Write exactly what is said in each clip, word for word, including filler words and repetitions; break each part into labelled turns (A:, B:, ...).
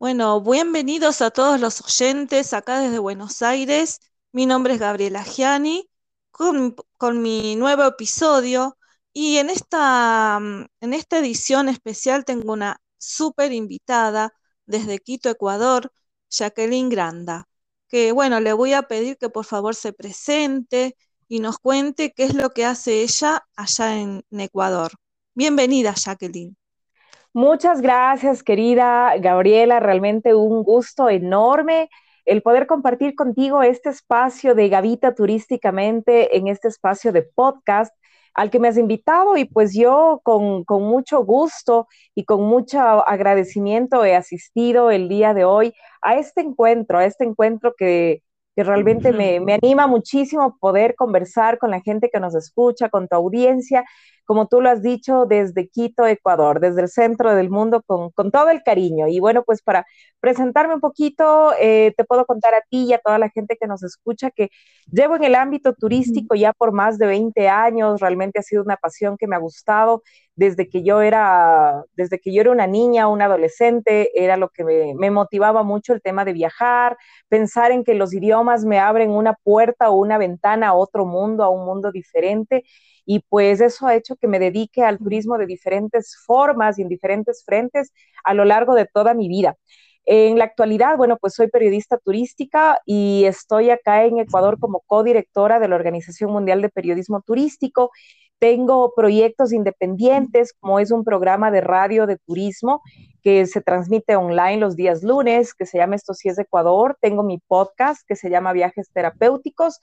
A: Bueno, bienvenidos a todos los oyentes acá desde Buenos Aires. Mi nombre es Gabriela Gianni con, con mi nuevo episodio y en esta, mm, en esta edición especial tengo una súper invitada desde Quito, Ecuador, Jacqueline Granda, que bueno, le voy a pedir que por favor se presente y nos cuente qué es lo que hace ella allá en, en Ecuador. Bienvenida, Jacqueline.
B: Muchas gracias, querida Gabriela. Realmente un gusto enorme el poder compartir contigo este espacio de Gavita Turísticamente en este espacio de podcast al que me has invitado y pues yo con, con mucho gusto y con mucho agradecimiento he asistido el día de hoy a este encuentro, a este encuentro que, que realmente me, me anima muchísimo poder conversar con la gente que nos escucha, con tu audiencia como tú lo has dicho, desde Quito, Ecuador, desde el centro del mundo, con, con todo el cariño. Y bueno, pues para presentarme un poquito, eh, te puedo contar a ti y a toda la gente que nos escucha que llevo en el ámbito turístico ya por más de veinte años, realmente ha sido una pasión que me ha gustado desde que yo era, desde que yo era una niña, una adolescente, era lo que me, me motivaba mucho el tema de viajar, pensar en que los idiomas me abren una puerta o una ventana a otro mundo, a un mundo diferente y pues eso ha hecho que me dedique al turismo de diferentes formas y en diferentes frentes a lo largo de toda mi vida. En la actualidad, bueno, pues soy periodista turística y estoy acá en Ecuador como codirectora de la Organización Mundial de Periodismo Turístico. Tengo proyectos independientes, como es un programa de radio de turismo que se transmite online los días lunes, que se llama Esto sí es de Ecuador. Tengo mi podcast que se llama Viajes Terapéuticos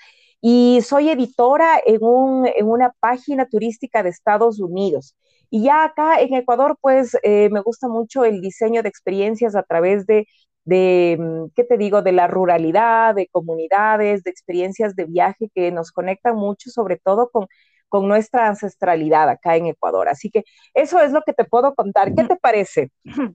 B: y soy editora en, un, en una página turística de Estados Unidos. Y ya acá en Ecuador, pues eh, me gusta mucho el diseño de experiencias a través de, de, mm, ¿qué te digo?, de la ruralidad, de comunidades, de experiencias de viaje que nos conectan mucho, sobre todo con, con nuestra ancestralidad acá en Ecuador. Así que eso es lo que te puedo contar. ¿Qué te parece?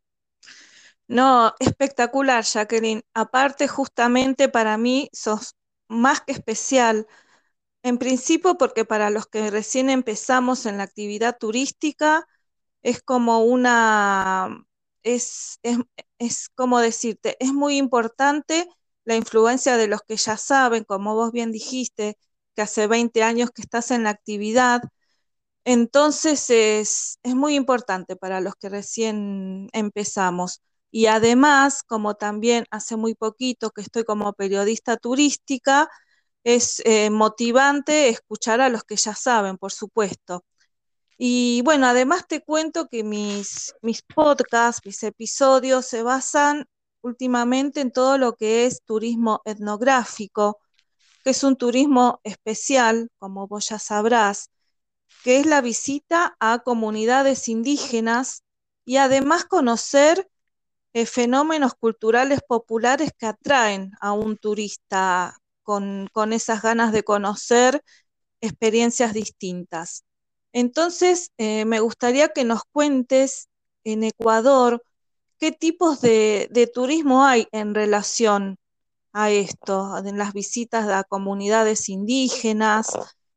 A: No, espectacular, Jacqueline. Aparte, justamente para mí sos más que especial. En principio, porque para los que recién empezamos en la actividad turística, es como una, es, es, es como decirte, es muy importante la influencia de los que ya saben, como vos bien dijiste, que hace veinte años que estás en la actividad. Entonces es, es muy importante para los que recién empezamos. Y además, como también hace muy poquito que estoy como periodista turística, es eh, motivante escuchar a los que ya saben, por supuesto. Y bueno, además te cuento que mis, mis podcasts, mis episodios se basan últimamente en todo lo que es turismo etnográfico, que es un turismo especial, como vos ya sabrás, que es la visita a comunidades indígenas y además conocer eh, fenómenos culturales populares que atraen a un turista con, con esas ganas de conocer experiencias distintas. Entonces, eh, me gustaría que nos cuentes en Ecuador qué tipos de, de turismo hay en relación a esto, en las visitas a comunidades indígenas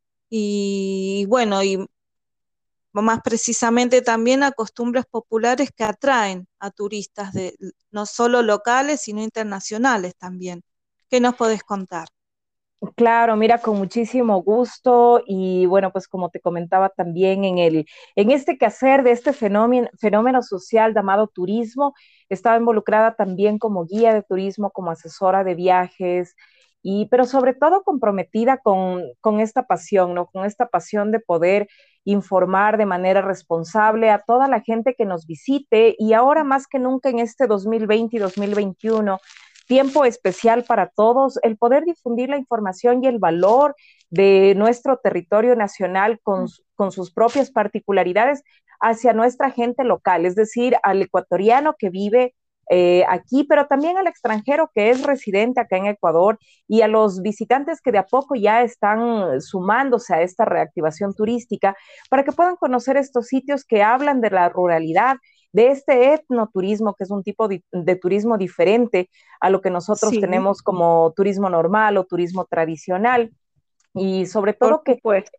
A: y bueno, y más precisamente también a costumbres populares que atraen a turistas de, no solo locales, sino internacionales también. ¿Qué nos podés contar?
B: Claro, mira, con muchísimo gusto y bueno, pues como te comentaba también en el, en este quehacer de este fenómeno, fenómeno social llamado turismo, estaba involucrada también como guía de turismo, como asesora de viajes y, pero sobre todo comprometida con, con esta pasión, ¿no? Con esta pasión de poder informar de manera responsable a toda la gente que nos visite y ahora más que nunca en este dos mil veinte y dos mil veintiuno tiempo especial para todos, el poder difundir la información y el valor de nuestro territorio nacional con, con sus propias particularidades hacia nuestra gente local, es decir, al ecuatoriano que vive eh, aquí, pero también al extranjero que es residente acá en Ecuador y a los visitantes que de a poco ya están sumándose a esta reactivación turística para que puedan conocer estos sitios que hablan de la ruralidad, de este etnoturismo, que es un tipo de, de turismo diferente a lo que nosotros
A: Sí,
B: tenemos como turismo normal o turismo tradicional. Y sobre
A: por
B: todo que
A: supuesto.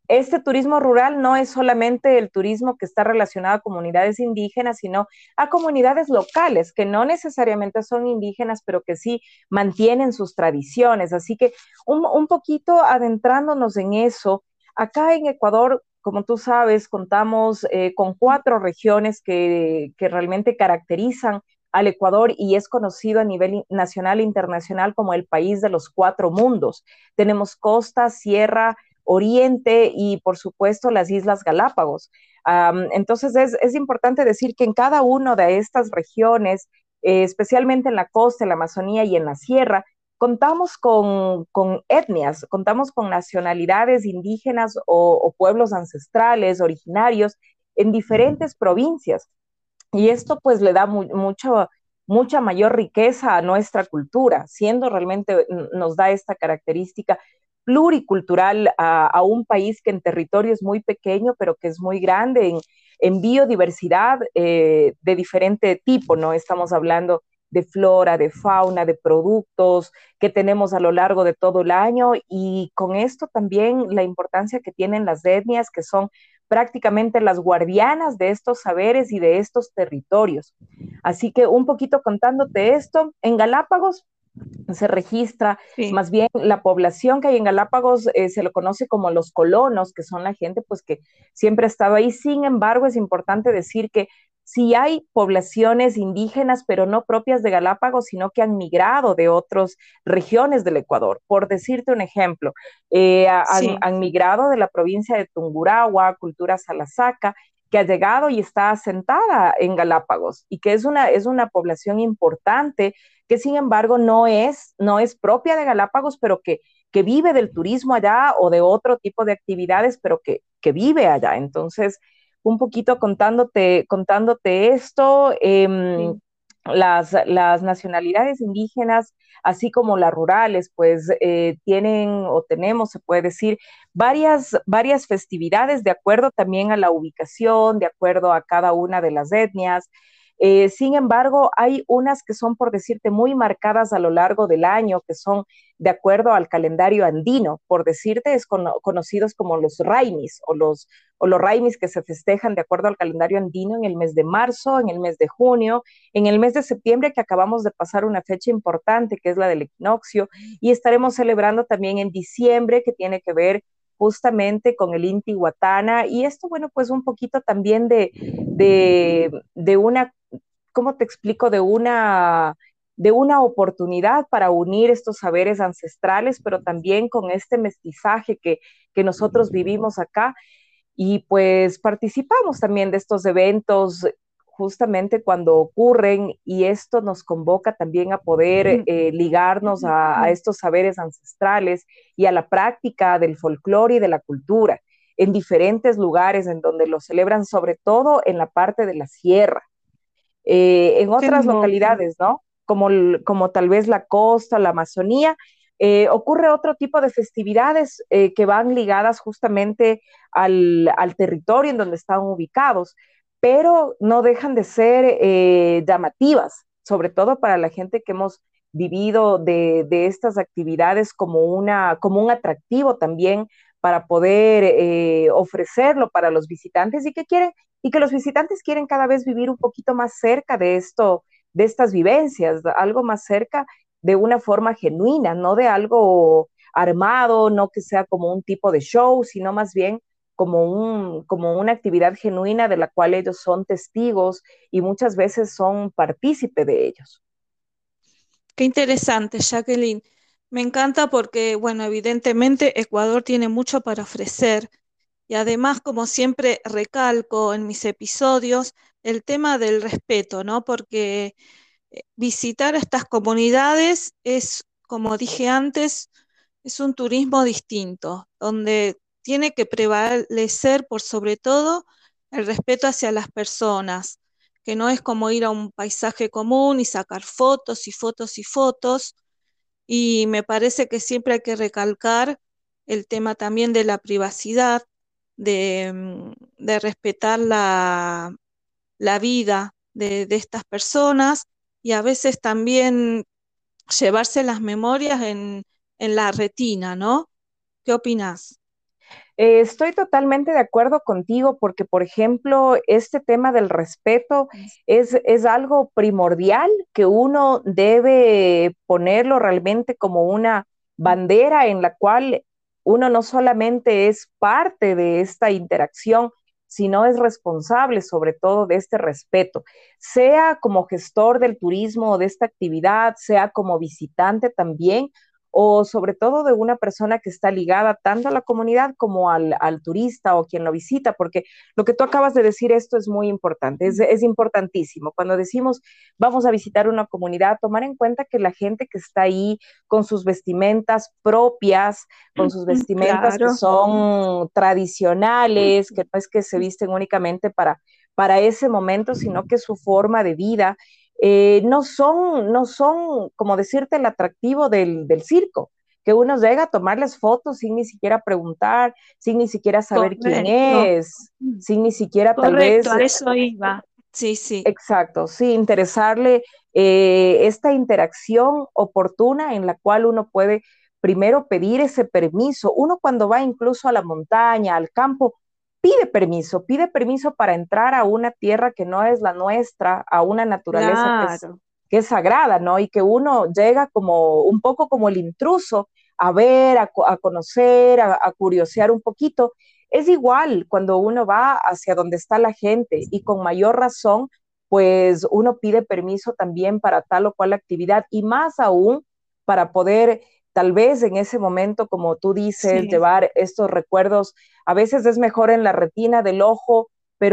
B: este turismo rural no es solamente el turismo que está relacionado a comunidades indígenas, sino a comunidades locales que no necesariamente son indígenas, pero que sí mantienen sus tradiciones. Así que un, un poquito adentrándonos en eso, acá en Ecuador, como tú sabes, contamos eh, con cuatro regiones que, que realmente caracterizan al Ecuador y es conocido a nivel nacional e internacional como el país de los cuatro mundos. Tenemos costa, sierra, oriente y por supuesto las Islas Galápagos. Um, entonces es, es, importante decir que en cada una de estas regiones, eh, especialmente en la costa, en la Amazonía y en la sierra, contamos con, con etnias, contamos con nacionalidades indígenas o, o pueblos ancestrales, originarios, en diferentes provincias. Y esto pues le da mu mucho, mucha mayor riqueza a nuestra cultura, siendo realmente, nos da esta característica pluricultural a, a un país que en territorio es muy pequeño, pero que es muy grande en, en biodiversidad eh, de diferente tipo, ¿no? Estamos hablando de flora, de fauna, de productos que tenemos a lo largo de todo el año y con esto también la importancia que tienen las etnias, que son prácticamente las guardianas de estos saberes y de estos territorios. Así que un poquito contándote esto, en Galápagos se registra
A: Sí.
B: más bien la población que hay en Galápagos, eh, se lo conoce como los colonos, que son la gente pues que siempre ha estado ahí. Sin embargo, es importante decir que sí hay poblaciones indígenas, pero no propias de Galápagos, sino que han migrado de otras regiones del Ecuador. Por decirte un ejemplo, eh, han,
A: Sí.
B: han migrado de la provincia de Tungurahua, cultura Salasaca, que ha llegado y está asentada en Galápagos y que es una, es una población importante que sin embargo no es, no es propia de Galápagos, pero que, que vive del turismo allá o de otro tipo de actividades, pero que, que vive allá. Entonces, un poquito contándote, contándote esto, eh,
A: Sí.
B: las, las nacionalidades indígenas, así como las rurales, pues eh, tienen o tenemos, se puede decir, varias, varias festividades de acuerdo también a la ubicación, de acuerdo a cada una de las etnias. Eh, sin embargo, hay unas que son, por decirte, muy marcadas a lo largo del año, que son de acuerdo al calendario andino. Por decirte, es con, conocidos como los raimis o los, o los raimis que se festejan de acuerdo al calendario andino en el mes de marzo, en el mes de junio, en el mes de septiembre, que acabamos de pasar una fecha importante, que es la del equinoccio, y estaremos celebrando también en diciembre, que tiene que ver justamente con el Inti Huatana, y esto, bueno, pues un poquito también de, de, de una, ¿cómo te explico? De una, de una oportunidad para unir estos saberes ancestrales, pero también con este mestizaje que, que nosotros vivimos acá. Y pues participamos también de estos eventos justamente cuando ocurren y esto nos convoca también a poder eh, ligarnos a, a estos saberes ancestrales y a la práctica del folclore y de la cultura en diferentes lugares en donde lo celebran, sobre todo en la parte de la sierra. Eh, en
A: Qué
B: otras
A: hermoso.
B: localidades, ¿no? Como, como tal vez la costa, la Amazonía, eh, ocurre otro tipo de festividades eh, que van ligadas justamente al, al, territorio en donde están ubicados, pero no dejan de ser eh, llamativas, sobre todo para la gente que hemos vivido de, de estas actividades como, una, como un atractivo también para poder eh, ofrecerlo para los visitantes y que quieren y que los visitantes quieren cada vez vivir un poquito más cerca de esto, de estas vivencias, algo más cerca de una forma genuina, no de algo armado, no que sea como un tipo de show, sino más bien como, un, como una actividad genuina de la cual ellos son testigos y muchas veces son partícipe de ellos.
A: Qué interesante, Jacqueline. Me encanta porque, bueno, evidentemente Ecuador tiene mucho para ofrecer y además, como siempre recalco en mis episodios, el tema del respeto, ¿no? Porque eh, visitar estas comunidades es, como dije antes, es un turismo distinto, donde tiene que prevalecer por sobre todo el respeto hacia las personas, que no es como ir a un paisaje común y sacar fotos y fotos y fotos, y me parece que siempre hay que recalcar el tema también de la privacidad, de, mm, de respetar la, la vida de, de estas personas y a veces también llevarse las memorias en, en la retina, ¿no? ¿Qué opinás?
B: Eh, estoy totalmente de acuerdo contigo porque, por ejemplo, este tema del respeto es, es algo primordial que uno debe ponerlo realmente como una bandera en la cual uno no solamente es parte de esta interacción, sino es responsable sobre todo de este respeto, sea como gestor del turismo o de esta actividad, sea como visitante también o sobre todo de una persona que está ligada tanto a la comunidad como al, al turista o quien lo visita, porque lo que tú acabas de decir, esto es muy importante, es, es importantísimo. Cuando decimos vamos a visitar una comunidad, tomar en cuenta que la gente que está ahí con sus vestimentas propias, con sus vestimentas que
A: Claro,
B: son tradicionales, que no es que se visten únicamente para, para ese momento, sino que su forma de vida eh, no son, no son, como decirte, el atractivo del, del circo, que uno llega a tomarles fotos sin ni siquiera preguntar, sin ni siquiera saber quién
A: correcto,
B: es, sin ni siquiera tal
A: correcto,
B: vez,
A: a eso iba. Sí, sí,
B: exacto, sí, interesarle eh, esta interacción oportuna en la cual uno puede primero pedir ese permiso. Uno cuando va incluso a la montaña, al campo, pide permiso, pide permiso para entrar a una tierra que no es la nuestra, a una naturaleza que es,
A: claro,
B: que es sagrada, ¿no? Y que uno llega como un poco como el intruso a ver, a, a conocer, a, a curiosear un poquito. Es igual cuando uno va hacia donde está la gente y con mayor razón pues uno pide permiso también para tal o cual actividad y más aún para poder tal vez en ese momento, como tú dices,
A: sí,
B: llevar estos recuerdos. A veces es mejor en la retina del ojo,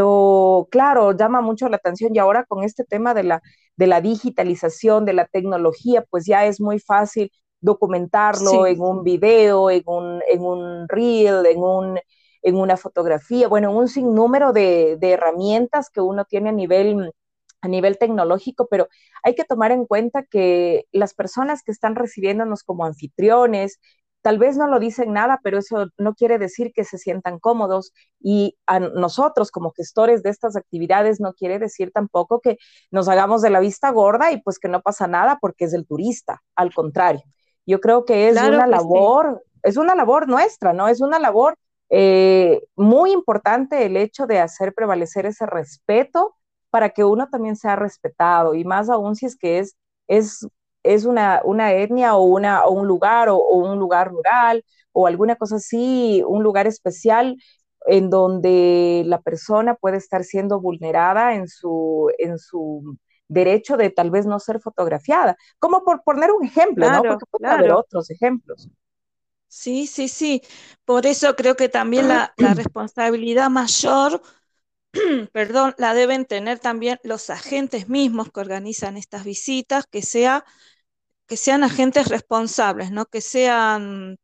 B: pero claro, llama mucho la atención y ahora con este tema de la, de la digitalización, de la tecnología, pues ya es muy fácil documentarlo
A: sí,
B: en un video, en un, en un reel, en un, en una fotografía, bueno, un sinnúmero de, de herramientas que uno tiene a nivel a nivel tecnológico, pero hay que tomar en cuenta que las personas que están recibiéndonos como anfitriones, tal vez no lo dicen nada, pero eso no quiere decir que se sientan cómodos y a nosotros como gestores de estas actividades no quiere decir tampoco que nos hagamos de la vista gorda y pues que no pasa nada porque es el turista, al contrario. Yo creo que es
A: claro
B: una
A: que sí.
B: labor, es una labor nuestra, ¿no? Es una labor eh, muy importante el hecho de hacer prevalecer ese respeto para que uno también sea respetado y más aún si es que es, es, es una, una etnia o, una, o un lugar o, o un lugar rural o alguna cosa así, un lugar especial en donde la persona puede estar siendo vulnerada en su, en su derecho de tal vez no ser fotografiada. Como por poner un ejemplo, ¿no?
A: Claro,
B: Porque puede haber
A: claro.
B: otros ejemplos.
A: Sí, sí, sí. Por eso creo que también la, la responsabilidad mayor, perdón, la deben tener también los agentes mismos que organizan estas visitas, que sea, que sean agentes responsables, ¿no? Que sean,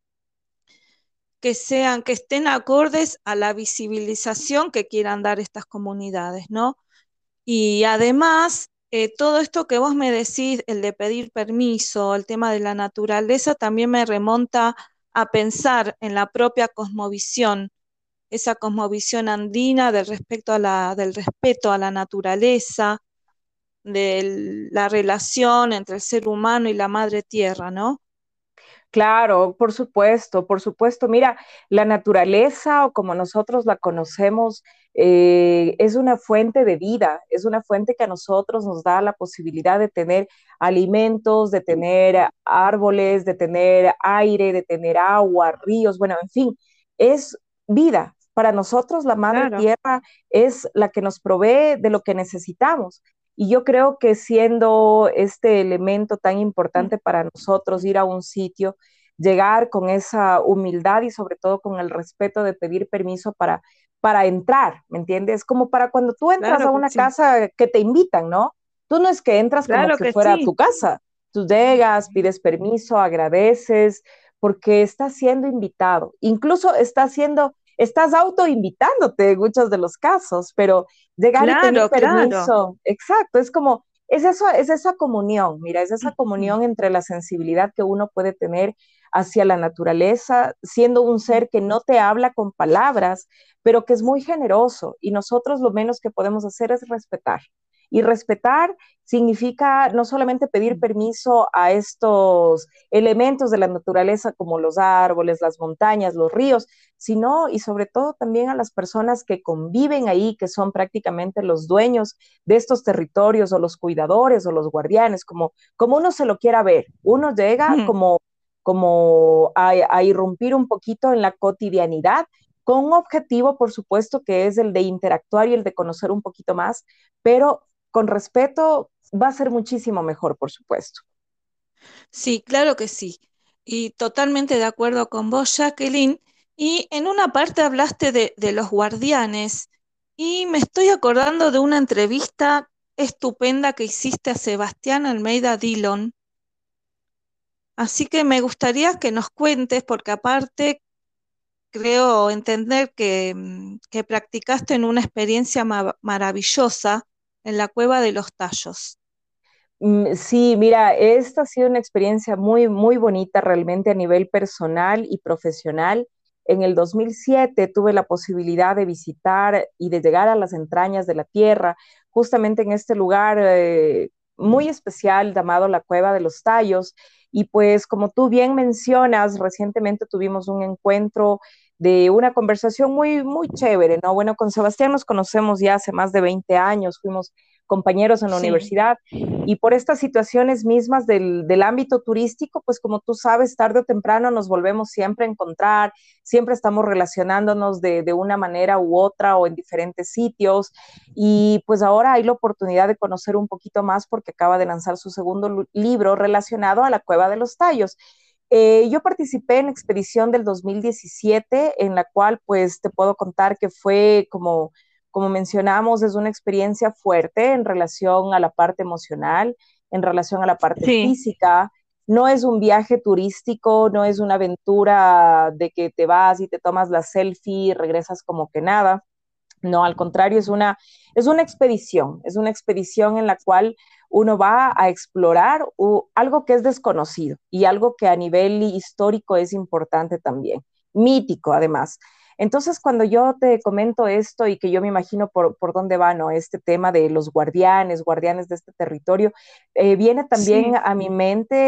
A: que sean, que estén acordes a la visibilización que quieran dar estas comunidades, ¿no? Y además, eh, todo esto que vos me decís, el de pedir permiso, el tema de la naturaleza, también me remonta a pensar en la propia cosmovisión, esa cosmovisión andina del respecto a la, del respeto a la naturaleza, de la relación entre el ser humano y la madre tierra, ¿no?
B: Claro, por supuesto, por supuesto. Mira, la naturaleza o como nosotros la conocemos eh, es una fuente de vida, es una fuente que a nosotros nos da la posibilidad de tener alimentos, de tener árboles, de tener aire, de tener agua, ríos, bueno, en fin, es vida. Para nosotros la madre
A: Claro,
B: tierra es la que nos provee de lo que necesitamos. Y yo creo que siendo este elemento tan importante para nosotros ir a un sitio, llegar con esa humildad y sobre todo con el respeto de pedir permiso para, para entrar, ¿me entiendes? Como para cuando tú entras
A: claro
B: a
A: que
B: una
A: sí,
B: casa que te invitan, ¿no? Tú no es que entras como
A: claro
B: que
A: que
B: fuera a
A: sí,
B: tu casa, tú llegas, pides permiso, agradeces, porque estás siendo invitado, incluso estás siendo, estás autoinvitándote en muchos de los casos, pero llegar y pedir
A: claro, claro.
B: permiso, exacto, es como, es eso, es esa comunión, mira, es esa comunión entre la sensibilidad que uno puede tener hacia la naturaleza, siendo un ser que no te habla con palabras, pero que es muy generoso y nosotros lo menos que podemos hacer es respetar. Y respetar significa no solamente pedir permiso a estos elementos de la naturaleza como los árboles, las montañas, los ríos, sino y sobre todo también a las personas que conviven ahí, que son prácticamente los dueños de estos territorios o los cuidadores o los guardianes, como, como uno se lo quiera ver. Uno llega
A: Mm.
B: como, como a, a irrumpir un poquito en la cotidianidad con un objetivo, por supuesto, que es el de interactuar y el de conocer un poquito más, pero con respeto va a ser muchísimo mejor, por supuesto.
A: Sí, claro que sí. Y totalmente de acuerdo con vos, Jacqueline. Y en una parte hablaste de, de los guardianes y me estoy acordando de una entrevista estupenda que hiciste a Sebastián Almeida Dillon. Así que me gustaría que nos cuentes, porque aparte creo entender que, mm, que practicaste en una experiencia ma- maravillosa en la Cueva de los Tallos.
B: Mm, Sí, mira, esta ha sido una experiencia muy, muy bonita realmente a nivel personal y profesional. En el dos mil siete tuve la posibilidad de visitar y de llegar a las entrañas de la tierra, justamente en este lugar eh, muy especial llamado la Cueva de los Tallos. Y pues como tú bien mencionas, recientemente tuvimos un encuentro de una conversación muy, muy chévere, ¿no? Bueno, con Sebastián nos conocemos ya hace más de veinte años, fuimos compañeros en la
A: Sí.
B: universidad y por estas situaciones mismas del, del ámbito turístico, pues como tú sabes, tarde o temprano nos volvemos siempre a encontrar, siempre estamos relacionándonos de, de una manera u otra o en diferentes sitios y pues ahora hay la oportunidad de conocer un poquito más porque acaba de lanzar su segundo libro relacionado a la Cueva de los Tallos. Eh, yo participé en la expedición del dos mil diecisiete, en la cual pues te puedo contar que fue como, como mencionamos, es una experiencia fuerte en relación a la parte emocional, en relación a la parte
A: Sí.
B: física. No es un viaje turístico, no es una aventura de que te vas y te tomas la selfie y regresas como que nada. No, al contrario, es una, es una expedición, es una expedición en la cual uno va a explorar uh, algo que es desconocido y algo que a nivel histórico es importante también, mítico además. Entonces, cuando yo te comento esto y que yo me imagino por, por dónde va, ¿no? Este tema de los guardianes, guardianes de este territorio, eh, viene también
A: Sí.
B: a mi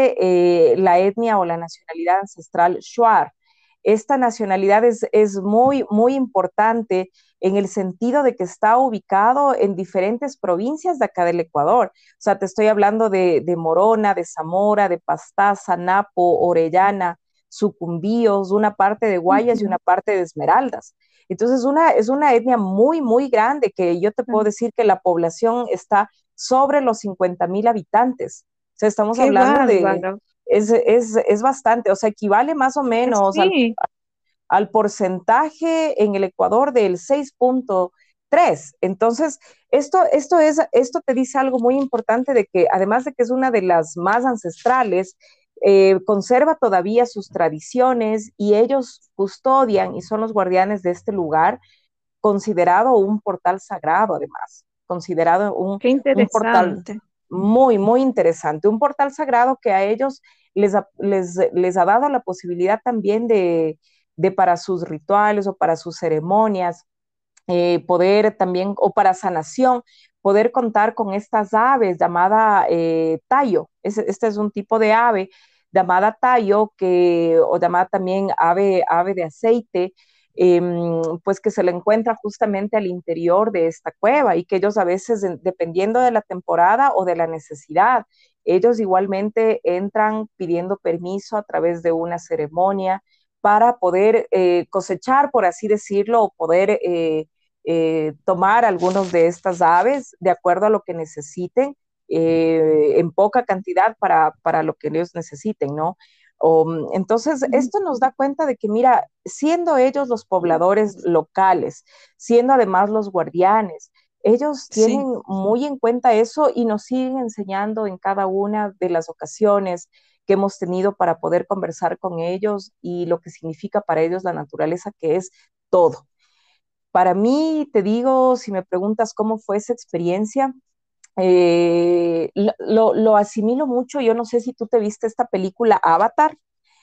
B: mente eh, la etnia o la nacionalidad ancestral Shuar. Esta nacionalidad es, es muy, muy importante en el sentido de que está ubicado en diferentes provincias de acá del Ecuador. O sea, te estoy hablando de, de Morona, de Zamora, de Pastaza, Napo, Orellana, Sucumbíos, una parte de Guayas y
A: Ujú.
B: una parte de Esmeraldas. Entonces, una, es una etnia muy, muy grande que yo te puedo decir que la población está sobre los cincuenta mil habitantes. O sea, estamos
A: Qué
B: hablando de,
A: bárbaro.
B: es, es, es bastante, o sea, equivale más o
A: Eh,
B: menos al
A: Sí,
B: al porcentaje en el Ecuador del seis punto tres. Entonces, esto, esto, es, esto te dice algo muy importante de que además de que es una de las más ancestrales, eh, conserva todavía sus tradiciones y ellos custodian y son los guardianes de este lugar, considerado un portal sagrado además, considerado un,
A: qué
B: un portal
A: interesante.
B: muy, muy interesante, un portal sagrado que a ellos les ha, les, les ha dado la posibilidad también de, de para sus rituales o para sus ceremonias, eh, poder también, o para sanación, poder contar con estas aves llamada eh, tayo. Es, este es un tipo de ave llamada tayo, que, o llamada también ave, ave de aceite, eh, pues que se le encuentra justamente al interior de esta cueva y que ellos a veces, dependiendo de la temporada o de la necesidad, ellos igualmente entran pidiendo permiso a través de una ceremonia para poder eh, cosechar, por así decirlo, o poder eh, eh, tomar algunos de estas aves de acuerdo a lo que necesiten, eh, en poca cantidad para, para, lo que ellos necesiten, ¿no? Um, entonces,
A: Ujú.
B: esto nos da cuenta de que, mira, siendo ellos los pobladores locales, siendo además los guardianes, ellos
A: Sí.
B: tienen muy en cuenta eso y nos siguen enseñando en cada una de las ocasiones que hemos tenido para poder conversar con ellos y lo que significa para ellos la naturaleza, que es todo. Para mí, te digo, si me preguntas cómo fue esa experiencia, eh, lo, lo, asimilo mucho. Yo no sé si tú te viste esta película Avatar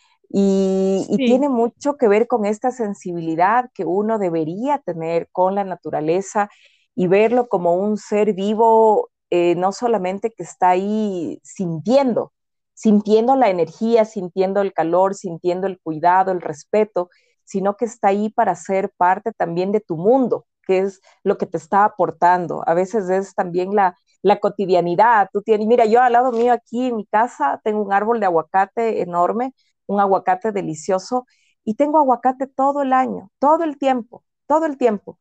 B: y, y
A: Sí.
B: tiene mucho que ver con esta sensibilidad que uno debería tener con la naturaleza y verlo como un ser vivo eh, no solamente que está ahí sintiendo, sintiendo la energía, sintiendo el calor, sintiendo el cuidado, el respeto, sino que está ahí para ser parte también de tu mundo, que es lo que te está aportando. A veces es también la, la cotidianidad. Tú tienes, mira, yo al lado mío aquí en mi casa tengo un árbol de aguacate enorme, un aguacate delicioso, y tengo aguacate todo el año, todo el tiempo, todo el tiempo.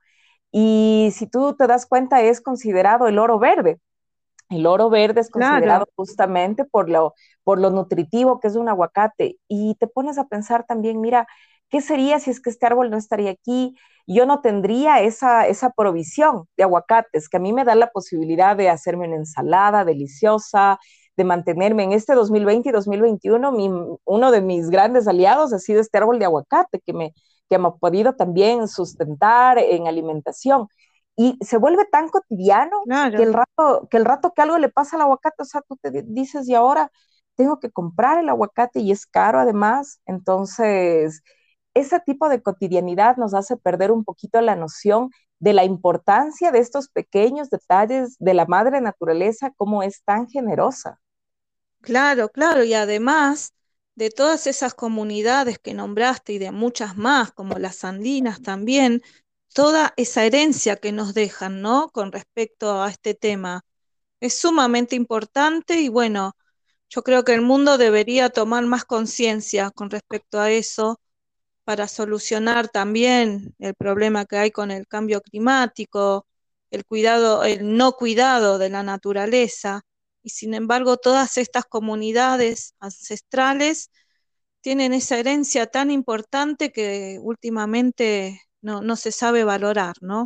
B: Y si tú te das cuenta, es considerado el oro verde. El oro verde es
A: Claro,
B: considerado justamente por lo, por lo nutritivo que es un aguacate. Y te pones a pensar también, mira, ¿qué sería si es que este árbol no estaría aquí? Yo no tendría esa, esa provisión de aguacates que a mí me da la posibilidad de hacerme una ensalada deliciosa, de mantenerme en este dos mil veinte y dos mil veintiuno. Mi, uno de mis grandes aliados ha sido este árbol de aguacate que me, que me ha podido también sustentar en alimentación. Y se vuelve tan cotidiano que
A: claro.
B: el rato que, el rato que algo le pasa al aguacate, o sea, tú te dices, y ahora tengo que comprar el aguacate y es caro además. Entonces, ese tipo de cotidianidad nos hace perder un poquito la noción de la importancia de estos pequeños detalles de la madre naturaleza, cómo es tan generosa.
A: Claro, claro, y además de todas esas comunidades que nombraste y de muchas más, como las andinas también, toda esa herencia que nos dejan, ¿no? Con respecto a este tema, es sumamente importante y bueno, yo creo que el mundo debería tomar más conciencia con respecto a eso para solucionar también el problema que hay con el cambio climático, el cuidado, el no cuidado de la naturaleza. Y sin embargo, todas estas comunidades ancestrales tienen esa herencia tan importante que últimamente no, no se sabe valorar, ¿no?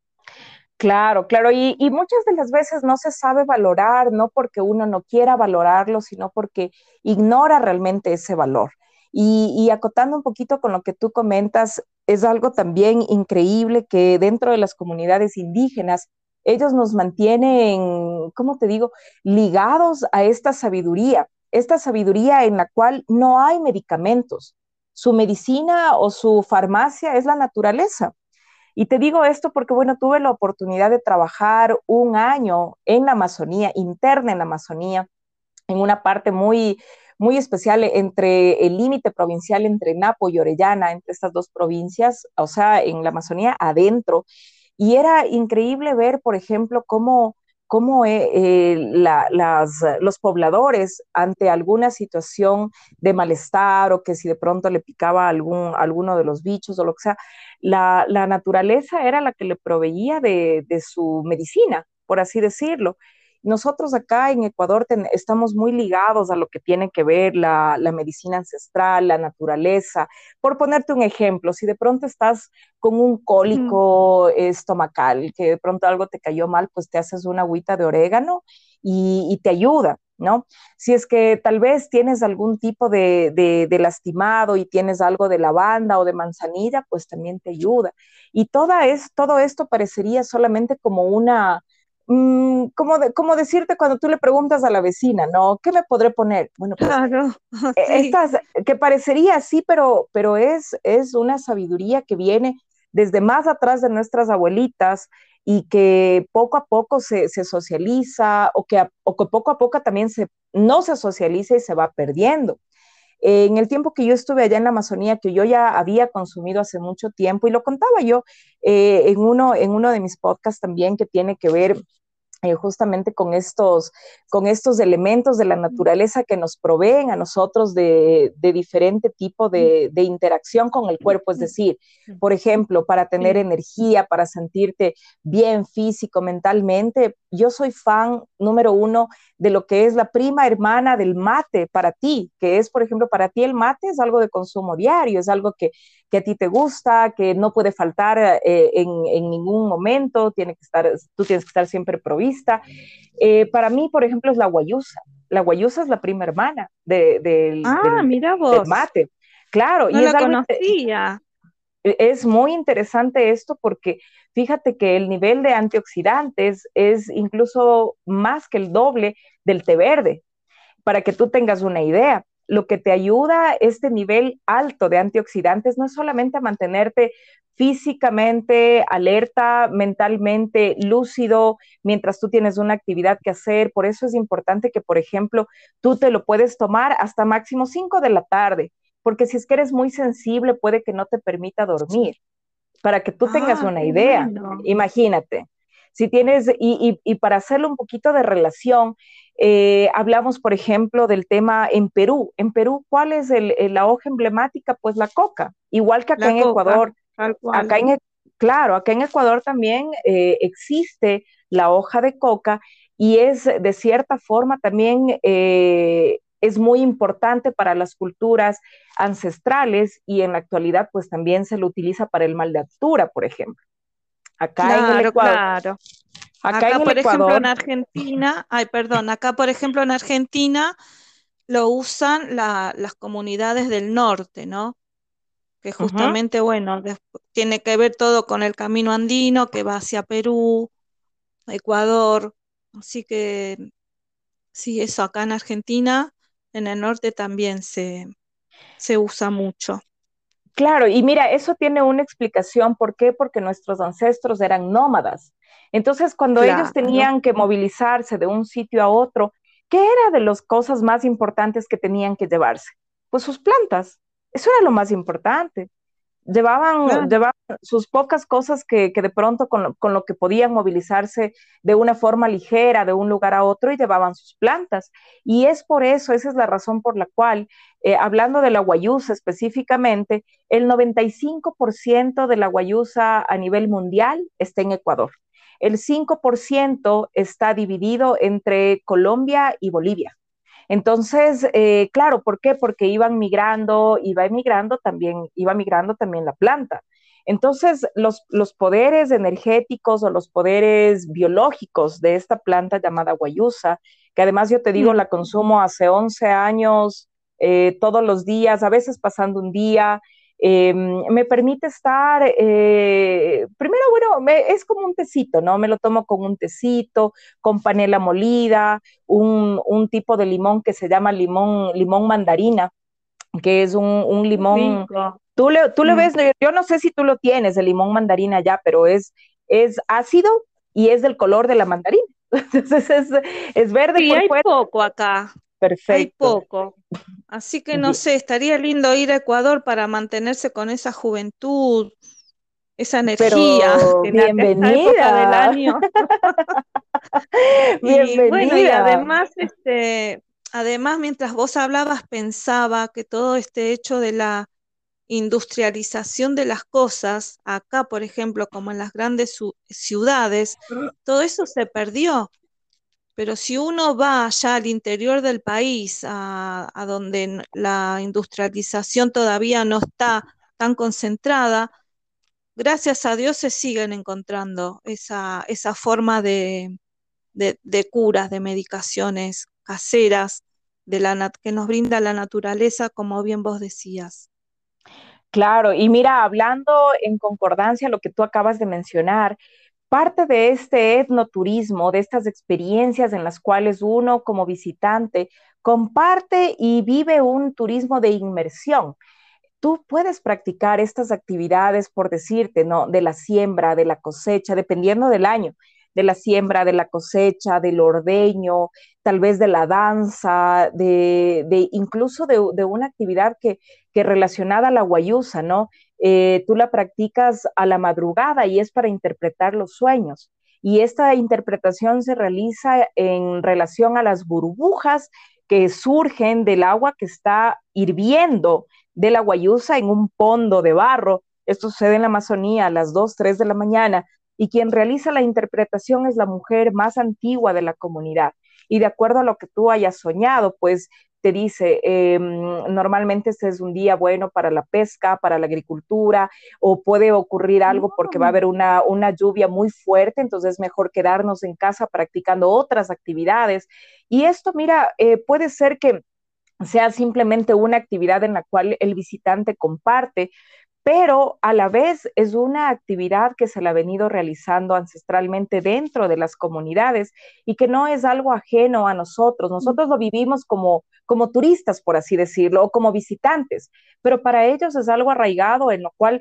B: Claro, claro, y, y, muchas de las veces no se sabe valorar, no porque uno no quiera valorarlo, sino porque ignora realmente ese valor. Y, y acotando un poquito con lo que tú comentas, es algo también increíble que dentro de las comunidades indígenas, ellos nos mantienen, ¿cómo te digo?, ligados a esta sabiduría, esta sabiduría en la cual no hay medicamentos. Su medicina o su farmacia es la naturaleza. Y te digo esto porque, bueno, tuve la oportunidad de trabajar un año en la Amazonía, interna en la Amazonía, en una parte muy, muy especial entre el límite provincial entre Napo y Orellana, entre estas dos provincias, o sea, en la Amazonía adentro. Y era increíble ver, por ejemplo, cómo, cómo eh, eh, la, las, los pobladores ante alguna situación de malestar o que si de pronto le picaba algún, alguno de los bichos o lo que sea, la, la naturaleza era la que le proveía de, de su medicina, por así decirlo. Nosotros acá en Ecuador ten, estamos muy ligados a lo que tiene que ver la, la, medicina ancestral, la naturaleza. Por ponerte un ejemplo, si de pronto estás con un
A: Mm.
B: cólico estomacal, que de pronto algo te cayó mal, pues te haces una agüita de orégano y, y te ayuda, ¿no? Si es que tal vez tienes algún tipo de, de, de, lastimado y tienes algo de lavanda o de manzanilla, pues también te ayuda. Y toda es, todo esto parecería solamente como una, mmm, como, de, como decirte cuando tú le preguntas a la vecina, ¿no? ¿Qué me podré poner? Bueno, pues
A: Claro, sí.
B: estas, que parecería así, pero, pero es, es una sabiduría que viene desde más atrás de nuestras abuelitas y que poco a poco se, se socializa o que, a, o que poco a poco también se, no se socializa y se va perdiendo. Eh, en el tiempo que yo estuve allá en la Amazonía, que yo ya había consumido hace mucho tiempo, y lo contaba yo eh, en, uno, en uno de mis podcasts también que tiene que ver eh, justamente con estos, con estos elementos de la naturaleza que nos proveen a nosotros de, de diferente tipo de, de, interacción con el cuerpo. Es decir, por ejemplo, para tener
A: Sí.
B: energía, para sentirte bien físico, mentalmente, yo soy fan número uno de lo que es la prima hermana del mate para ti, que es, por ejemplo, para ti el mate es algo de consumo diario, es algo que, que a ti te gusta, que no puede faltar eh, en, en, ningún momento, tiene que estar, tú tienes que estar siempre provista. Eh, para mí, por ejemplo, es la guayusa. La guayusa es la prima hermana de, de,
A: Ah,
B: del,
A: mira
B: del
A: vos,
B: mate. Claro,
A: no
B: y es
A: la
B: algo,
A: conocía.
B: es muy interesante esto porque fíjate que el nivel de antioxidantes es incluso más que el doble del té verde, para que tú tengas una idea. lo que te ayuda este nivel alto de antioxidantes no es solamente a mantenerte físicamente alerta, mentalmente lúcido, mientras tú tienes una actividad que hacer. Por eso es importante que, por ejemplo, tú te lo puedes tomar hasta máximo cinco de la tarde, porque si es que eres muy sensible, puede que no te permita dormir. Para que tú tengas
A: Ah,
B: una
A: qué
B: idea,
A: bueno.
B: imagínate. Si tienes, y, y, y para hacerle un poquito de relación, eh, hablamos, por ejemplo, del tema en Perú. En Perú, ¿cuál es el, el, la hoja emblemática? Pues la coca, igual que acá
A: La
B: en
A: coca,
B: Ecuador.
A: tal cual.
B: Acá en, claro, acá en Ecuador también eh, existe la hoja de coca y es de cierta forma también eh, es muy importante para las culturas ancestrales y en la actualidad pues también se lo utiliza para el mal de altura, por ejemplo. Acá en el
A: Claro,
B: Ecuador,
A: claro.
B: acá en
A: Acá,
B: el
A: por ejemplo,
B: Ecuador,
A: en Argentina, ay, perdón, acá, por ejemplo, en Argentina lo usan la- las comunidades del norte, ¿no? Que
B: uh -huh.
A: justamente, bueno, des- tiene que ver todo con el camino andino que va hacia Perú, Ecuador. Así que sí, eso acá en Argentina, en el norte también se, se usa mucho.
B: Claro, y mira, eso tiene una explicación. ¿Por qué? Porque nuestros ancestros eran nómadas. Entonces, cuando ellos
A: Claro.
B: tenían que movilizarse de un sitio a otro, ¿qué era de las cosas más importantes que tenían que llevarse? Pues sus plantas. Eso era lo más importante. Llevaban,
A: Claro.
B: llevaban sus pocas cosas que, que de pronto con lo, con lo que podían movilizarse de una forma ligera de un lugar a otro y llevaban sus plantas. Y es por eso, esa es la razón por la cual, eh, hablando de la guayusa específicamente, el noventa y cinco por ciento de la guayusa a nivel mundial está en Ecuador. El cinco por ciento está dividido entre Colombia y Bolivia. Entonces, eh, claro, ¿por qué? Porque iban migrando, iba migrando también, iba migrando también la planta. Entonces, los, los poderes energéticos o los poderes biológicos de esta planta llamada guayusa, que además yo te digo,
A: Mm.
B: la consumo hace once años, eh, todos los días, a veces pasando un día, eh, me permite estar, eh, primero, bueno, me, es como un tecito, ¿no? Me lo tomo con un tecito, con panela molida, un, un tipo de limón que se llama limón, limón mandarina, que es un, un
A: Qué
B: limón,
A: rico.
B: tú le, tú le
A: Mm.
B: ves, yo no sé si tú lo tienes, el limón mandarina ya, pero es, es ácido y es del color de la mandarina. Entonces es, es verde
A: Sí,
B: por
A: hay
B: fuera,
A: poco acá, hay
B: perfecto.
A: poco. Así que no sé, estaría lindo ir a Ecuador para mantenerse con esa juventud, esa energía
B: Pero
A: en la- esta época del
B: bienvenida,
A: año. Y bueno, y
B: bienvenida.
A: además, este, además, mientras vos hablabas, pensaba que todo este hecho de la industrialización de las cosas, acá, por ejemplo, como en las grandes su- ciudades, todo eso se perdió. Pero si uno va allá al interior del país, a, a donde n- la industrialización todavía no está tan concentrada, gracias a Dios se siguen encontrando esa, esa forma de, de, de curas, de medicaciones caseras de la nat- que nos brinda la naturaleza, como bien vos decías.
B: Claro, y mira, hablando en concordancia a lo que tú acabas de mencionar, parte de este etnoturismo, de estas experiencias en las cuales uno como visitante comparte y vive un turismo de inmersión. Tú puedes practicar estas actividades, por decirte, ¿no? De la siembra, de la cosecha, dependiendo del año, de la siembra, de la cosecha, del ordeño, tal vez de la danza, de, de incluso de, de, una actividad que, que relacionada a la guayusa, ¿no? Eh, tú la practicas a la madrugada y es para interpretar los sueños. Y esta interpretación se realiza en relación a las burbujas que surgen del agua que está hirviendo de la guayusa en un pondo de barro. Esto sucede en la Amazonía a las dos, tres de la mañana y quien realiza la interpretación es la mujer más antigua de la comunidad. Y de acuerdo a lo que tú hayas soñado, pues te dice, eh, normalmente este es un día bueno para la pesca, para la agricultura, o puede ocurrir algo porque va a
A: Mm.
B: haber una, una lluvia muy fuerte, entonces es mejor quedarnos en casa practicando otras actividades. Y esto, mira, eh, puede ser que sea simplemente una actividad en la cual el visitante comparte, pero a la vez es una actividad que se la ha venido realizando ancestralmente dentro de las comunidades y que no es algo ajeno a nosotros. Nosotros lo vivimos como, como turistas, por así decirlo, o como visitantes, pero para ellos es algo arraigado en lo cual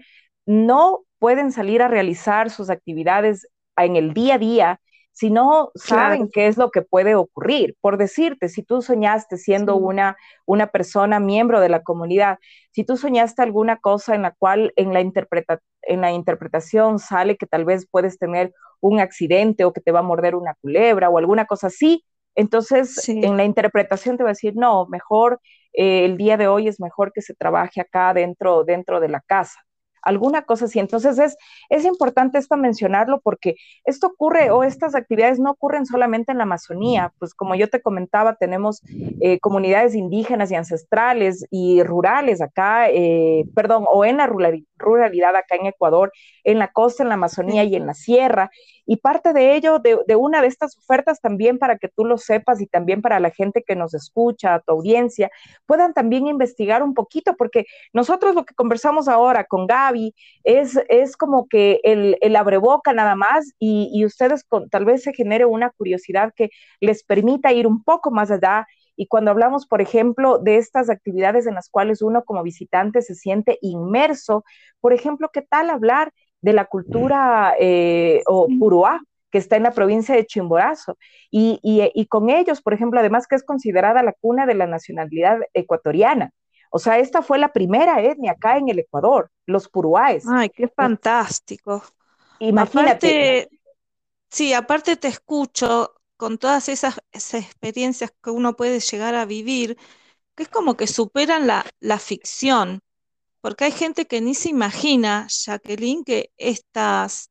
B: no pueden salir a realizar sus actividades en el día a día si no
A: Claro,
B: saben qué es lo que puede ocurrir. Por decirte, si tú soñaste siendo
A: sí,
B: una, una persona miembro de la comunidad, si tú soñaste alguna cosa en la cual en la, interpreta en la interpretación sale que tal vez puedes tener un accidente o que te va a morder una culebra o alguna cosa así, entonces
A: sí.
B: en la interpretación te va a decir, no, mejor eh, el día de hoy es mejor que se trabaje acá dentro, dentro de la casa. Alguna cosa así. Entonces es, es importante esto mencionarlo porque esto ocurre o estas actividades no ocurren solamente en la Amazonía, pues como yo te comentaba, tenemos eh, comunidades indígenas y ancestrales y rurales acá, eh, perdón, o en la ruralidad acá en Ecuador, en la costa, en la Amazonía
A: Sí,
B: y en la sierra. Y parte de ello, de, de una de estas ofertas también para que tú lo sepas y también para la gente que nos escucha, tu audiencia, puedan también investigar un poquito, porque nosotros lo que conversamos ahora con Gaby es, es como que el, el abreboca nada más y, y ustedes con, tal vez se genere una curiosidad que les permita ir un poco más allá. Y cuando hablamos, por ejemplo, de estas actividades en las cuales uno como visitante se siente inmerso, por ejemplo, ¿qué tal hablar de la cultura eh, o puruá, que está en la provincia de Chimborazo? Y, y, y con ellos, por ejemplo, además que es considerada la cuna de la nacionalidad ecuatoriana. O sea, esta fue la primera etnia acá en el Ecuador, los puruáes.
A: ay, qué fantástico.
B: Imagínate,
A: Aparte, sí, aparte te escucho con todas esas, esas experiencias que uno puede llegar a vivir, que es como que superan la, la ficción, porque hay gente que ni se imagina, Jacqueline, que estas,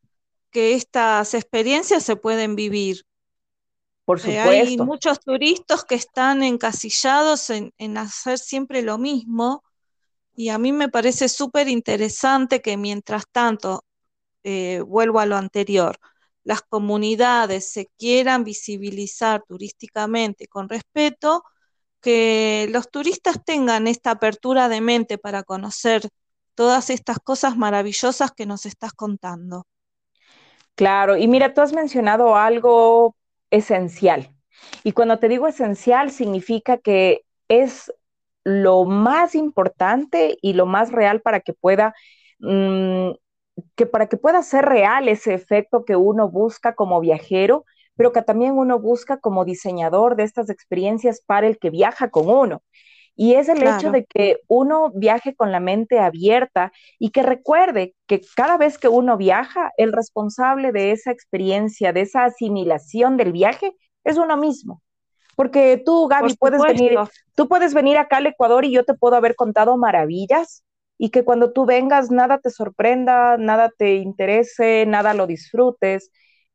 A: que estas experiencias se pueden vivir.
B: por
A: Eh, hay
B: supuesto.
A: muchos turistas que están encasillados en, en hacer siempre lo mismo, y a mí me parece súper interesante que mientras tanto, eh, vuelvo a lo anterior, las comunidades se quieran visibilizar turísticamente con respeto, que los turistas tengan esta apertura de mente para conocer todas estas cosas maravillosas que nos estás contando.
B: Claro, y mira, tú has mencionado algo esencial. Y cuando te digo esencial, significa que es lo más importante y lo más real para que pueda, mmm, que para que pueda ser real ese efecto que uno busca como viajero, pero que también uno busca como diseñador de estas experiencias para el que viaja con uno. Y es el hecho
A: Claro,
B: de que uno viaje con la mente abierta y que recuerde que cada vez que uno viaja, el responsable de esa experiencia, de esa asimilación del viaje, es uno mismo. Porque tú,
A: por
B: Gaby, puedes venir,
A: supuesto.
B: tú puedes venir acá al Ecuador y yo te puedo haber contado maravillas y que cuando tú vengas nada te sorprenda, nada te interese, nada lo disfrutes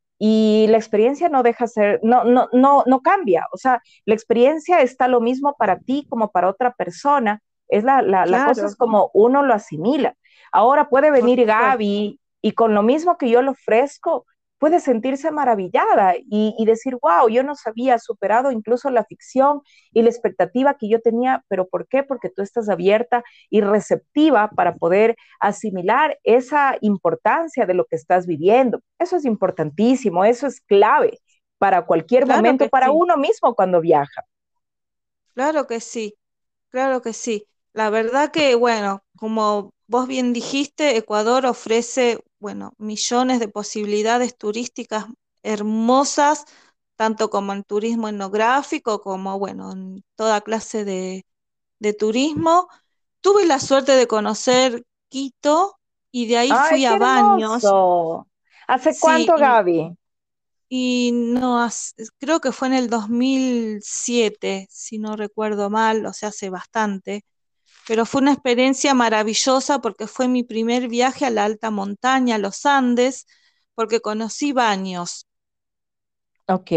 B: y la experiencia no deja ser, no, no, no, no cambia. O sea, la experiencia está lo mismo para ti como para otra persona. Es la, la, la cosa es
A: Claro,
B: como uno lo asimila. Ahora puede
A: por
B: venir
A: supuesto.
B: Gaby y con lo mismo que yo le ofrezco, puede sentirse maravillada y, y decir, wow, yo no sabía, superado incluso la ficción y la expectativa que yo tenía, pero ¿por qué? Porque tú estás abierta y receptiva para poder asimilar esa importancia de lo que estás viviendo. Eso es importantísimo, eso es clave para cualquier
A: Claro
B: momento,
A: que
B: para
A: sí,
B: uno mismo cuando viaja.
A: claro que sí, claro que sí. La verdad que, bueno, como vos bien dijiste, Ecuador ofrece, bueno, millones de posibilidades turísticas hermosas, tanto como en turismo etnográfico, como, bueno, en toda clase de, de turismo. Tuve la suerte de conocer Quito y de ahí
B: ¡Ay,
A: fui
B: qué
A: a Baños,
B: hermoso! ¿Hace
A: sí,
B: cuánto,
A: y,
B: Gaby?
A: y no, hace- creo que fue en el dos mil siete, si no recuerdo mal, o sea, hace bastante, pero fue una experiencia maravillosa porque fue mi primer viaje a la alta montaña, a los Andes, porque conocí Baños.
B: Ok.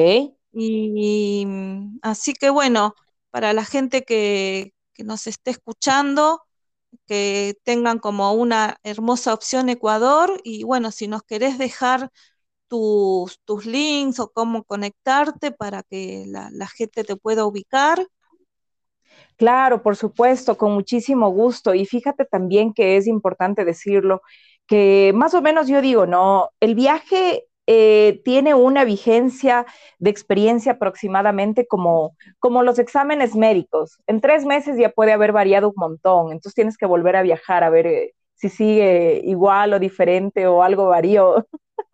A: Y mm, así que bueno, para la gente que, que nos esté escuchando, que tengan como una hermosa opción Ecuador y bueno, si nos querés dejar tus, tus links o cómo conectarte para que la, la gente te pueda ubicar.
B: Claro, por supuesto, con muchísimo gusto. Y fíjate también que es importante decirlo, que más o menos yo digo, no, el viaje eh, tiene una vigencia de experiencia aproximadamente como, como los exámenes médicos. En tres meses ya puede haber variado un montón, entonces tienes que volver a viajar a ver eh, si sigue igual o diferente o algo varió.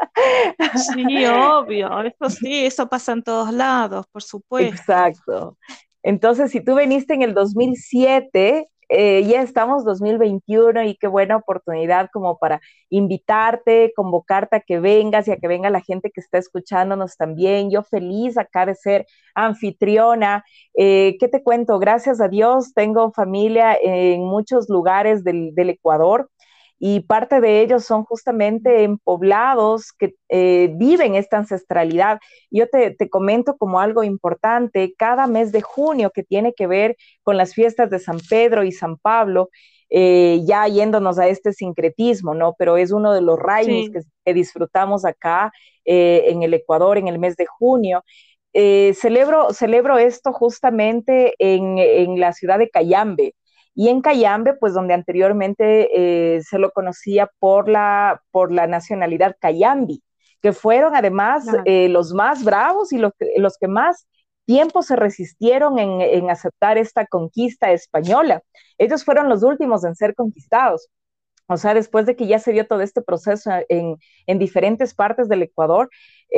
A: Sí, obvio, eso sí, eso pasa en todos lados, por supuesto.
B: Exacto. Entonces, si tú viniste en el dos mil siete, eh, ya estamos dos mil veintiuno y qué buena oportunidad como para invitarte, convocarte a que vengas y a que venga la gente que está escuchándonos también. Yo feliz acá de ser anfitriona. Eh, ¿qué te cuento? Gracias a Dios tengo familia en muchos lugares del, del Ecuador y parte de ellos son justamente en poblados que eh, viven esta ancestralidad. Yo te, te, comento como algo importante, cada mes de junio que tiene que ver con las fiestas de San Pedro y San Pablo, eh, ya yéndonos a este sincretismo, ¿no? Pero es uno de los rainos
A: Sí,
B: que, que disfrutamos acá eh, en el Ecuador en el mes de junio. Eh, celebro, celebro esto justamente en, en la ciudad de Cayambe, y en Cayambe, pues donde anteriormente eh, se lo conocía por la, por la nacionalidad Cayambi, que fueron además
A: claro.
B: eh, los más bravos y los que, los que más tiempo se resistieron en, en aceptar esta conquista española. Ellos fueron los últimos en ser conquistados. O sea, después de que ya se dio todo este proceso en, en diferentes partes del Ecuador,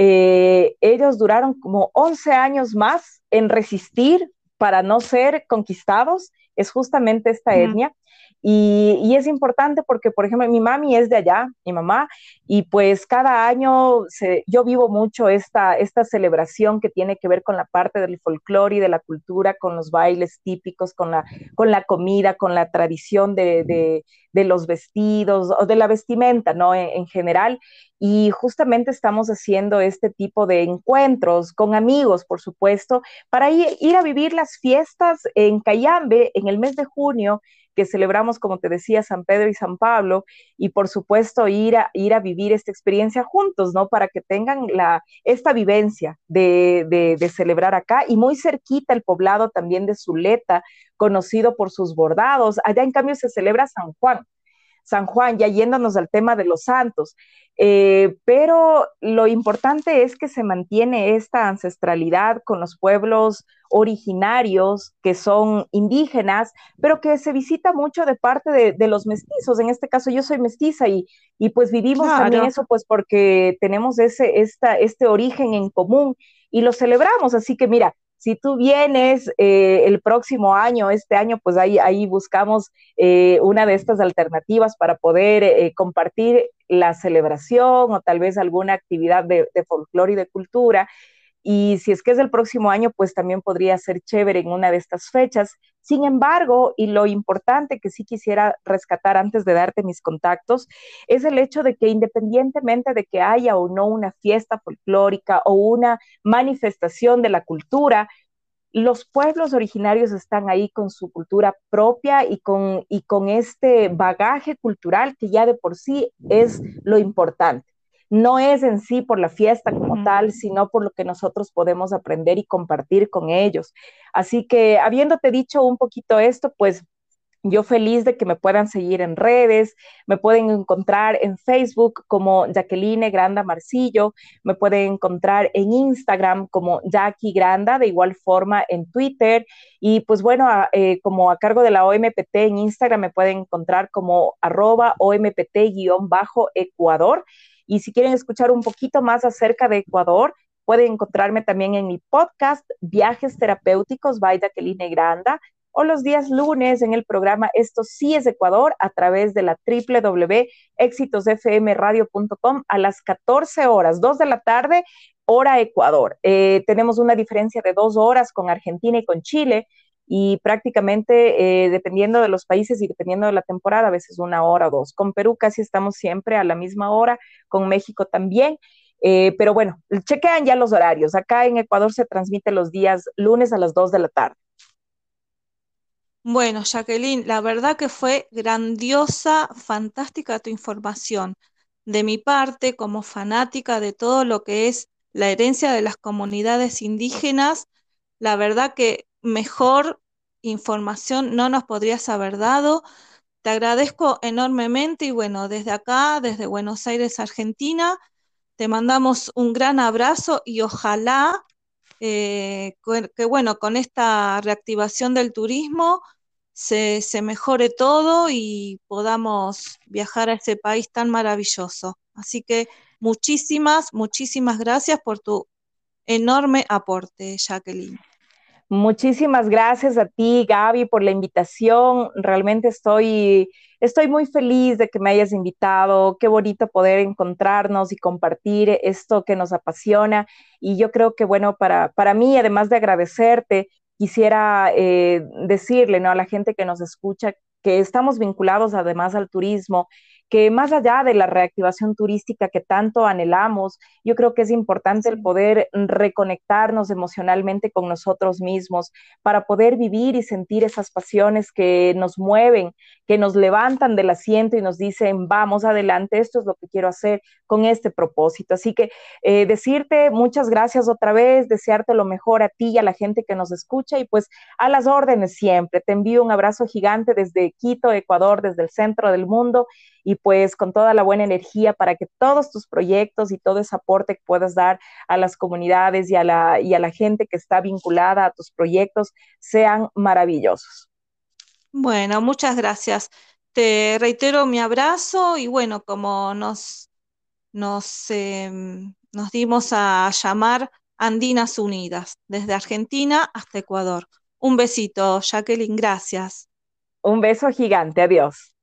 B: eh, ellos duraron como once años más en resistir para no ser conquistados, es justamente esta
A: Mm.
B: etnia. Y, y, es importante porque, por ejemplo, mi mami es de allá, mi mamá, y pues cada año se, yo vivo mucho esta, esta celebración que tiene que ver con la parte del folclore y de la cultura, con los bailes típicos, con la, con la comida, con la tradición de, de, de los vestidos o de la vestimenta, ¿no? En, en general. Y justamente estamos haciendo este tipo de encuentros con amigos, por supuesto, para ir, ir a vivir las fiestas en Cayambe en el mes de junio, que celebramos, como te decía, San Pedro y San Pablo, y por supuesto ir a, ir a vivir esta experiencia juntos, ¿no? Para que tengan la, esta vivencia de, de, de celebrar acá, y muy cerquita el poblado también de Zuleta, conocido por sus bordados. Allá en cambio se celebra San Juan. San Juan, ya yéndonos al tema de los santos. Eh, pero lo importante es que se mantiene esta ancestralidad con los pueblos originarios que son indígenas, pero que se visita mucho de parte de, de los mestizos. En este caso yo soy mestiza y, y pues vivimos también
A: Claro.
B: eso pues porque tenemos ese, esta, este origen en común y lo celebramos. Así que mira, si tú vienes eh, el próximo año, este año, pues ahí, ahí buscamos eh, una de estas alternativas para poder eh, compartir la celebración o tal vez alguna actividad de, de folclore y de cultura. Y si es que es el próximo año, pues también podría ser chévere en una de estas fechas. Sin embargo, y lo importante que sí quisiera rescatar antes de darte mis contactos, es el hecho de que independientemente de que haya o no una fiesta folclórica o una manifestación de la cultura, los pueblos originarios están ahí con su cultura propia y con, y con este bagaje cultural que ya de por sí es lo importante. No es en sí por la fiesta como
A: Ujú.
B: tal, sino por lo que nosotros podemos aprender y compartir con ellos. Así que habiéndote dicho un poquito esto, pues yo feliz de que me puedan seguir en redes, me pueden encontrar en Facebook como Jacqueline Granda Marcillo, me pueden encontrar en Instagram como Jackie Granda, de igual forma en Twitter, y pues bueno, a, eh, como a cargo de la O M P T en Instagram me pueden encontrar como arroba O M P T-Ecuador, y si quieren escuchar un poquito más acerca de Ecuador, pueden encontrarme también en mi podcast Viajes Terapéuticos by Jacqueline Granda, o los días lunes en el programa Esto sí es Ecuador a través de la w w w punto éxitos f m radio punto com a las catorce horas, dos de la tarde, hora Ecuador. Eh, tenemos una diferencia de dos horas con Argentina y con Chile y prácticamente eh, dependiendo de los países y dependiendo de la temporada, a veces una hora o dos. Con Perú casi estamos siempre a la misma hora, con México también. Eh, pero bueno, chequean ya los horarios. Acá en Ecuador se transmite los días lunes a las dos de la tarde.
A: Bueno, Jacqueline, la verdad que fue grandiosa, fantástica tu información. De mi parte, como fanática de todo lo que es la herencia de las comunidades indígenas, la verdad que mejor información no nos podrías haber dado. Te agradezco enormemente y bueno, desde acá, desde Buenos Aires, Argentina, te mandamos un gran abrazo y ojalá eh, que, que, bueno, con esta reactivación del turismo se, se mejore todo y podamos viajar a ese país tan maravilloso. Así que muchísimas, muchísimas gracias por tu enorme aporte, Jacqueline.
B: Muchísimas gracias a ti, Gaby, por la invitación. Realmente estoy, estoy muy feliz de que me hayas invitado. Qué bonito poder encontrarnos y compartir esto que nos apasiona. Y yo creo que, bueno, para, para mí, además de agradecerte, quisiera eh, decirle, ¿no?, a la gente que nos escucha que estamos vinculados además al turismo, que más allá de la reactivación turística que tanto anhelamos, yo creo que es importante el
A: Sí.
B: poder reconectarnos emocionalmente con nosotros mismos para poder vivir y sentir esas pasiones que nos mueven, que nos levantan del asiento y nos dicen, vamos adelante, esto es lo que quiero hacer con este propósito. Así que eh, decirte muchas gracias otra vez, desearte lo mejor a ti y a la gente que nos escucha y pues a las órdenes siempre. Te envío un abrazo gigante desde Quito, Ecuador, desde el centro del mundo y pues con toda la buena energía para que todos tus proyectos y todo ese aporte que puedas dar a las comunidades y a la, y a la gente que está vinculada a tus proyectos sean maravillosos.
A: Bueno, muchas gracias. Te reitero mi abrazo y bueno, como nos, nos, eh, nos dimos a llamar Andinas Unidas, desde Argentina hasta Ecuador. Un besito, Jacqueline, gracias.
B: Un beso gigante, adiós.